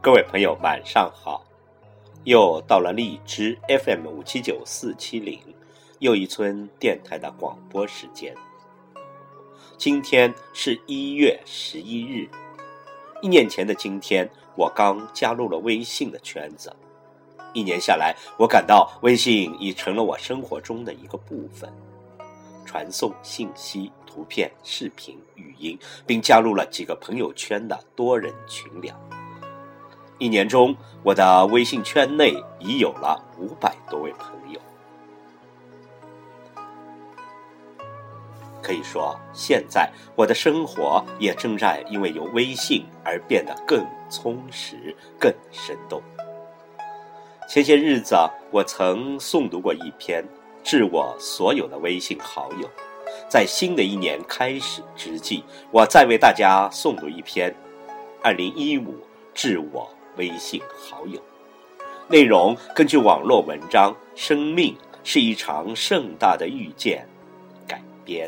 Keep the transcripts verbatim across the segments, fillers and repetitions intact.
各位朋友晚上好，又到了荔枝 F M 五七九四七零又一村电台的广播时间。今天是一月十一日，一年前的今天，我刚加入了微信的圈子。一年下来，我感到微信已成了我生活中的一个部分，传送信息、图片、视频、语音，并加入了几个朋友圈的多人群聊。一年中，我的微信圈内已有了五百多位朋友。可以说，现在我的生活也正在因为有微信而变得更充实、更生动。前些日子，我曾诵读过一篇致我所有的微信好友。在新的一年开始之际，我再为大家诵读一篇二零一五致我微信好友。内容根据网络文章《生命是一场盛大的遇见》改编。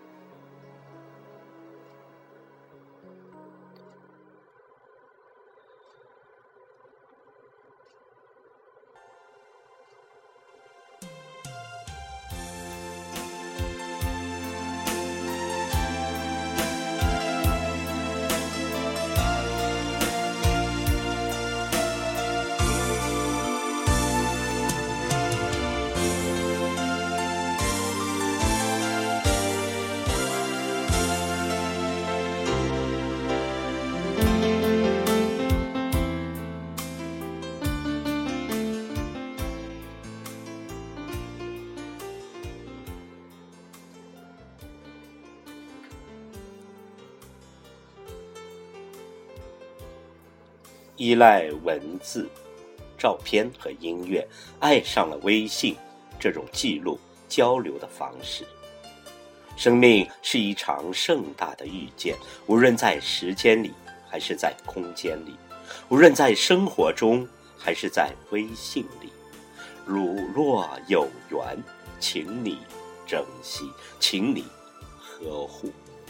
依赖文字、照片和音乐，爱上了微信这种记录、交流的方式。生命是一场盛大的遇见，无论在时间里还是在空间里，无论在生活中还是在微信里。如若有缘，请你珍惜，请你呵护。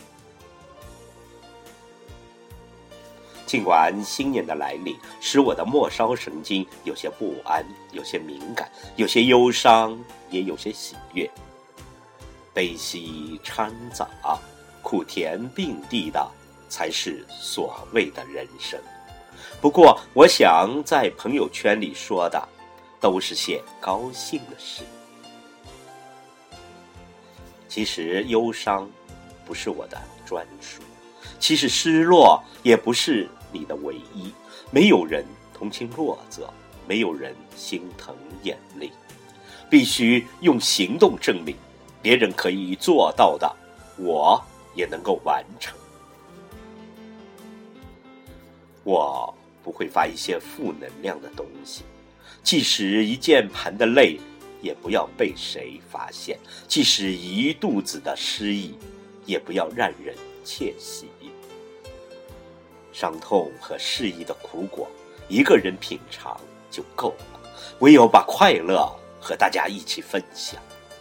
尽管新年的来临使我的末梢神经有些不安，有些敏感，有些忧伤，也有些喜悦。悲喜掺杂，苦甜并蒂的才是所谓的人生。不过我想在朋友圈里说的都是些高兴的事。其实忧伤不是我的专属，其实失落也不是你的唯一。没有人同情弱者，没有人心疼眼泪。必须用行动证明，别人可以做到的，我也能够完成。我不会发一些负能量的东西，即使一键盘的泪也不要被谁发现，即使一肚子的失意也不要让人窃喜。伤痛和失意的苦果，一个人品尝就够了，唯有把快乐和大家一起分享。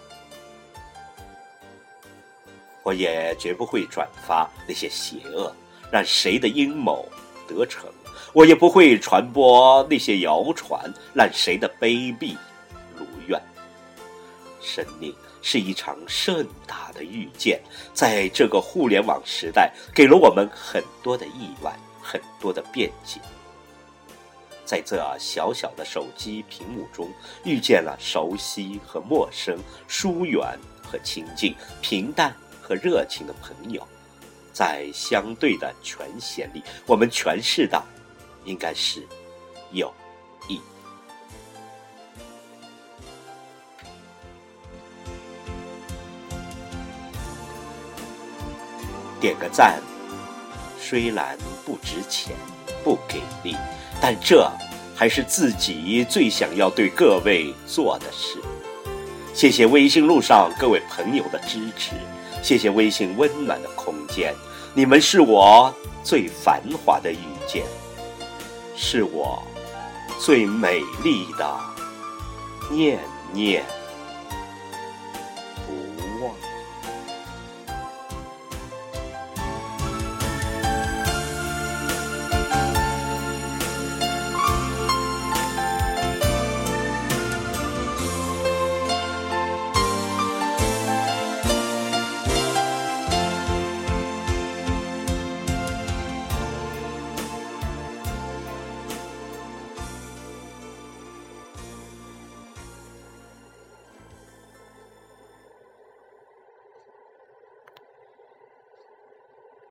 我也绝不会转发那些邪恶，让谁的阴谋得逞；我也不会传播那些谣传，让谁的卑鄙如愿。生命是一场盛大的遇见，在这个互联网时代，给了我们很多的意外，很多的便捷。在这小小的手机屏幕中，遇见了熟悉和陌生，疏远和亲近，平淡和热情的朋友。在相对的权限里，我们诠释的应该是友谊。点个赞，虽然不值钱，不给力，但这还是自己最想要对各位做的事。谢谢微信路上各位朋友的支持，谢谢微信温暖的空间，你们是我最繁华的遇见，是我最美丽的念念。